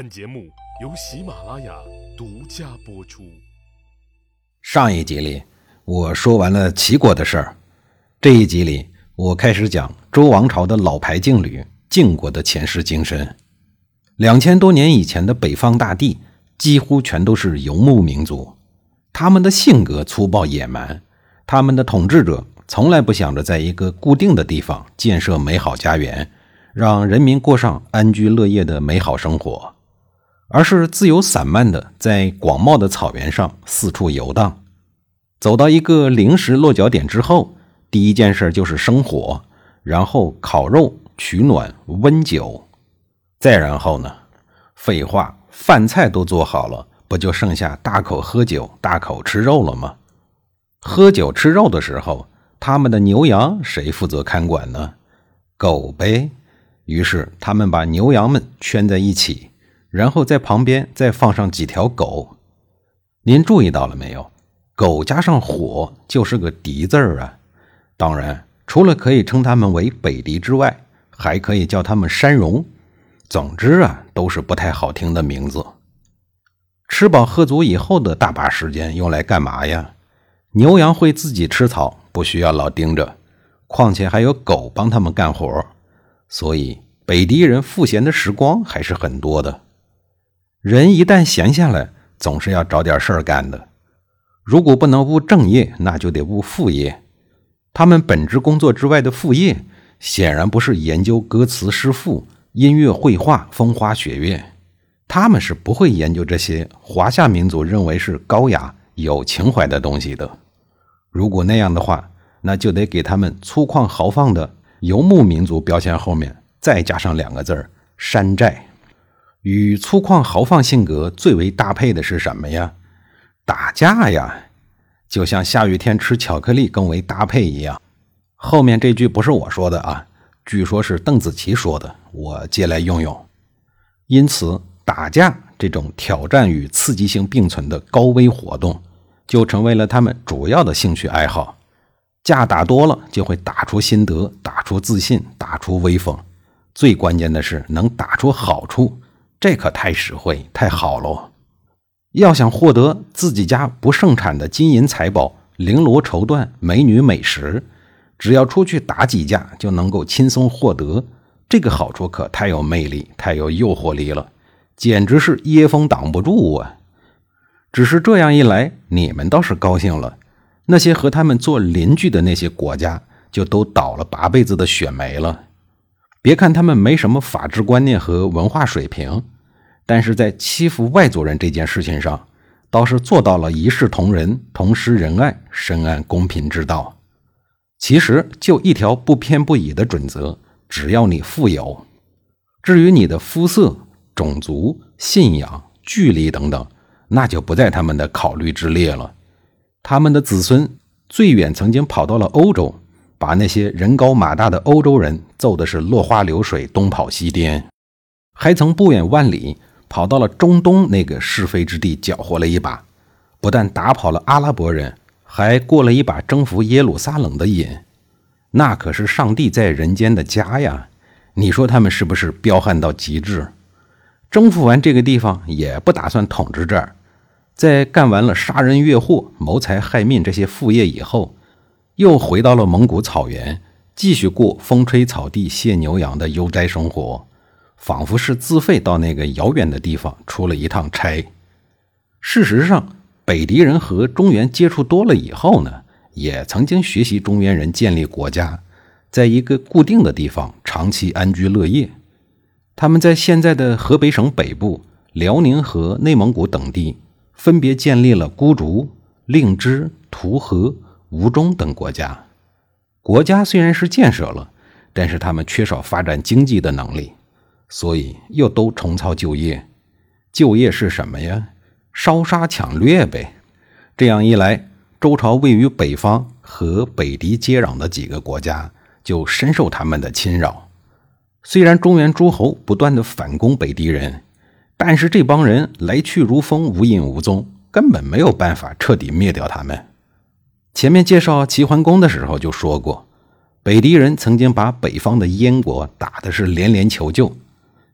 本节目由喜马拉雅独家播出。 上一集里我说完了齐国的事儿，这一集里我开始讲周王朝的老牌劲旅晋国的前世今生。2000多年以前的北方大地几乎全都是游牧民族，他们的性格粗暴野蛮，他们的统治者从来不想着在一个固定的地方建设美好家园，让人民过上安居乐业的美好生活，而是自由散漫的在广袤的草原上四处游荡。走到一个临时落脚点之后，第一件事就是生火，然后烤肉、取暖、温酒。再然后呢？废话，饭菜都做好了，不就剩下大口喝酒、大口吃肉了吗？喝酒吃肉的时候，他们的牛羊谁负责看管呢？狗呗。于是他们把牛羊们圈在一起，然后在旁边再放上几条狗。您注意到了没有？狗加上火就是个敌字儿啊。当然，除了可以称他们为北狄之外，还可以叫他们山戎。总之啊，都是不太好听的名字。吃饱喝足以后的大把时间用来干嘛呀？牛羊会自己吃草，不需要老盯着，况且还有狗帮他们干活，所以北狄人赋闲的时光还是很多的。人一旦闲下来，总是要找点事儿干的。如果不能务正业，那就得务副业。他们本职工作之外的副业，显然不是研究歌词诗赋、音乐绘画、风花雪月。他们是不会研究这些华夏民族认为是高雅有情怀的东西的。如果那样的话，那就得给他们粗犷豪放的游牧民族标签后面再加上2个字山寨。与粗犷豪放性格最为搭配的是什么呀？打架呀，就像下雨天吃巧克力更为搭配一样。后面这句不是我说的啊，据说是邓紫棋说的，我借来用用。因此打架这种挑战与刺激性并存的高危活动就成为了他们主要的兴趣爱好。架打多了就会打出心得，打出自信，打出威风，最关键的是能打出好处，这可太实惠太好了。要想获得自己家不盛产的金银财宝、绫罗绸缎、美女美食，只要出去打几架就能够轻松获得，这个好处可太有魅力，太有诱惑力了，简直是椰风挡不住啊！只是这样一来，你们倒是高兴了，那些和他们做邻居的那些国家就都倒了8辈子的血霉了。别看他们没什么法治观念和文化水平，但是在欺负外族人这件事情上，倒是做到了一视同仁、同施仁爱、深谙公平之道。其实就一条不偏不倚的准则，只要你富有。至于你的肤色、种族、信仰、距离等等，那就不在他们的考虑之列了。他们的子孙最远曾经跑到了欧洲，把那些人高马大的欧洲人揍的是落花流水，东跑西颠，还曾不远万里跑到了中东那个是非之地搅和了一把，不但打跑了阿拉伯人，还过了一把征服耶路撒冷的瘾。那可是上帝在人间的家呀，你说他们是不是彪悍到极致？征服完这个地方也不打算统治这儿，在干完了杀人越货、谋财害命这些副业以后，又回到了蒙古草原，继续过风吹草低谢牛羊的悠哉生活，仿佛是自费到那个遥远的地方出了一趟差。事实上，北狄人和中原接触多了以后呢，也曾经学习中原人建立国家，在一个固定的地方长期安居乐业。他们在现在的河北省北部、辽宁和内蒙古等地分别建立了孤竹、令支、图河、吴中等国家。国家虽然是建设了，但是他们缺少发展经济的能力，所以又都重操旧业。旧业是什么呀？烧杀抢掠呗。这样一来，周朝位于北方和北狄接壤的几个国家就深受他们的侵扰。虽然中原诸侯不断的反攻北狄人，但是这帮人来去如风，无影无踪，根本没有办法彻底灭掉他们。前面介绍齐桓公的时候就说过，北狄人曾经把北方的燕国打的是连连求救，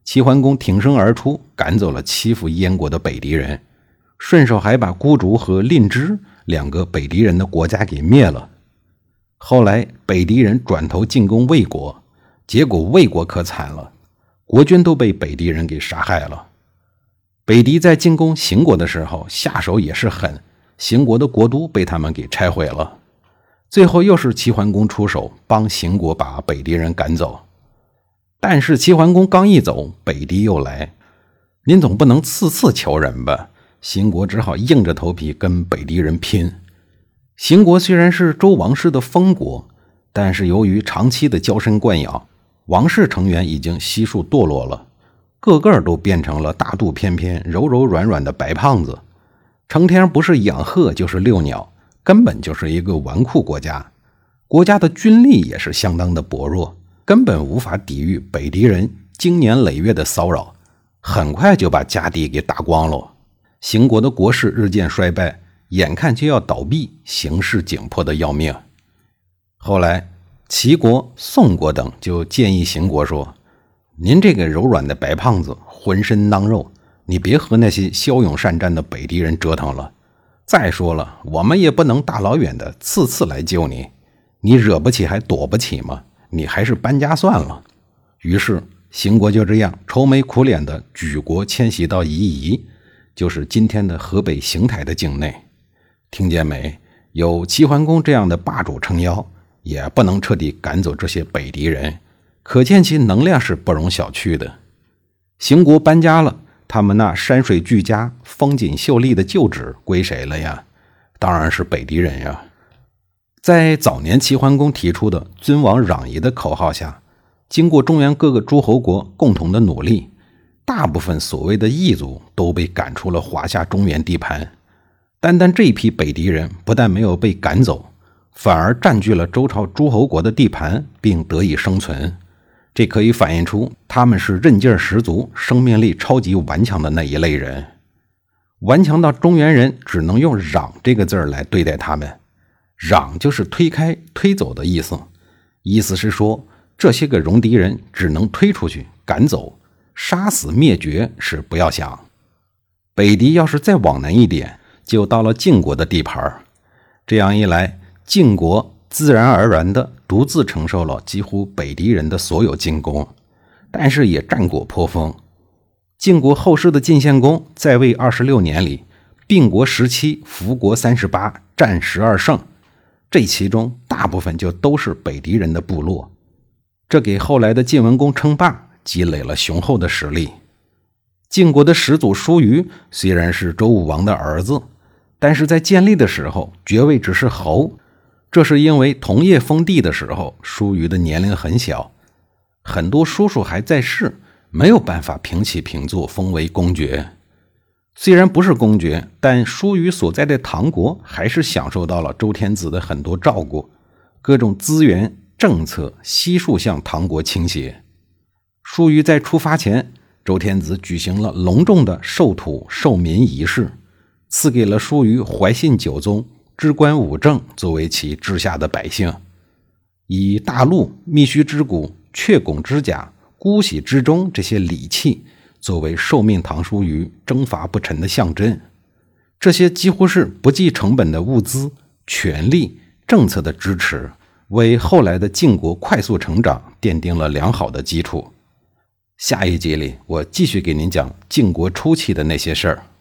齐桓公挺身而出，赶走了欺负燕国的北狄人，顺手还把孤竹和蔺支2个北狄人的国家给灭了。后来北狄人转头进攻魏国，结果魏国可惨了，国君都被北狄人给杀害了。北狄在进攻邢国的时候下手也是狠，邢国的国都被他们给拆毁了。最后又是齐桓公出手帮邢国把北狄人赶走。但是齐桓公刚一走，北狄又来，您总不能次次求人吧？邢国只好硬着头皮跟北狄人拼。邢国虽然是周王室的封国，但是由于长期的娇生惯养，王室成员已经悉数堕落了，个个都变成了大肚翩翩、柔柔软软的白胖子，成天不是养鹤就是遛鸟，根本就是一个纨绔国家。国家的军力也是相当的薄弱，根本无法抵御北狄人经年累月的骚扰，很快就把家底给打光了。邢国的国势日渐衰败，眼看就要倒闭，形势紧迫的要命。后来齐国、宋国等就建议邢国说，您这个柔软的白胖子，浑身囊肉，你别和那些骁勇善战的北狄人折腾了。再说了，我们也不能大老远的次次来救你，你惹不起还躲不起吗？你还是搬家算了。于是邢国就这样愁眉苦脸的举国迁徙到夷夷，就是今天的河北邢台的境内。听见没？有齐桓公这样的霸主撑腰，也不能彻底赶走这些北狄人，可见其能量是不容小觑的。邢国搬家了，他们那山水俱佳、风景秀丽的旧址归谁了呀？当然是北狄人呀。在早年齐桓公提出的尊王攘夷的口号下，经过中原各个诸侯国共同的努力，大部分所谓的异族都被赶出了华夏中原地盘。单单这一批北狄人不但没有被赶走，反而占据了周朝诸侯国的地盘，并得以生存。这可以反映出他们是韧劲十足、生命力超级顽强的那一类人。顽强到中原人只能用攘这个字来对待他们。攘就是推开、推走的意思，意思是说这些个戎狄人只能推出去、赶走，杀死灭绝是不要想。北狄要是再往南一点，就到了晋国的地盘。这样一来，晋国自然而然地独自承受了几乎北狄人的所有进攻，但是也战果颇丰。晋国后世的晋献公在位26年里，并国17，服国38，战12胜，这其中大部分就都是北狄人的部落，这给后来的晋文公称霸积累了雄厚的实力。晋国的始祖叔虞虽然是周武王的儿子，但是在建立的时候爵位只是侯，这是因为同业封地的时候叔虞的年龄很小，很多叔叔还在世，没有办法平起平坐封为公爵。虽然不是公爵，但叔虞所在的唐国还是享受到了周天子的很多照顾，各种资源政策悉数向唐国倾斜。叔虞在出发前，周天子举行了隆重的授土授民仪式，赐给了叔虞怀信9宗、知官5正作为其治下的百姓，以大鹿、密须之骨、雀拱之甲、姑息之钟这些礼器作为受命唐叔虞征伐不臣的象征。这些几乎是不计成本的物资、权力、政策的支持，为后来的晋国快速成长奠定了良好的基础。下一集里，我继续给您讲晋国初期的那些事儿。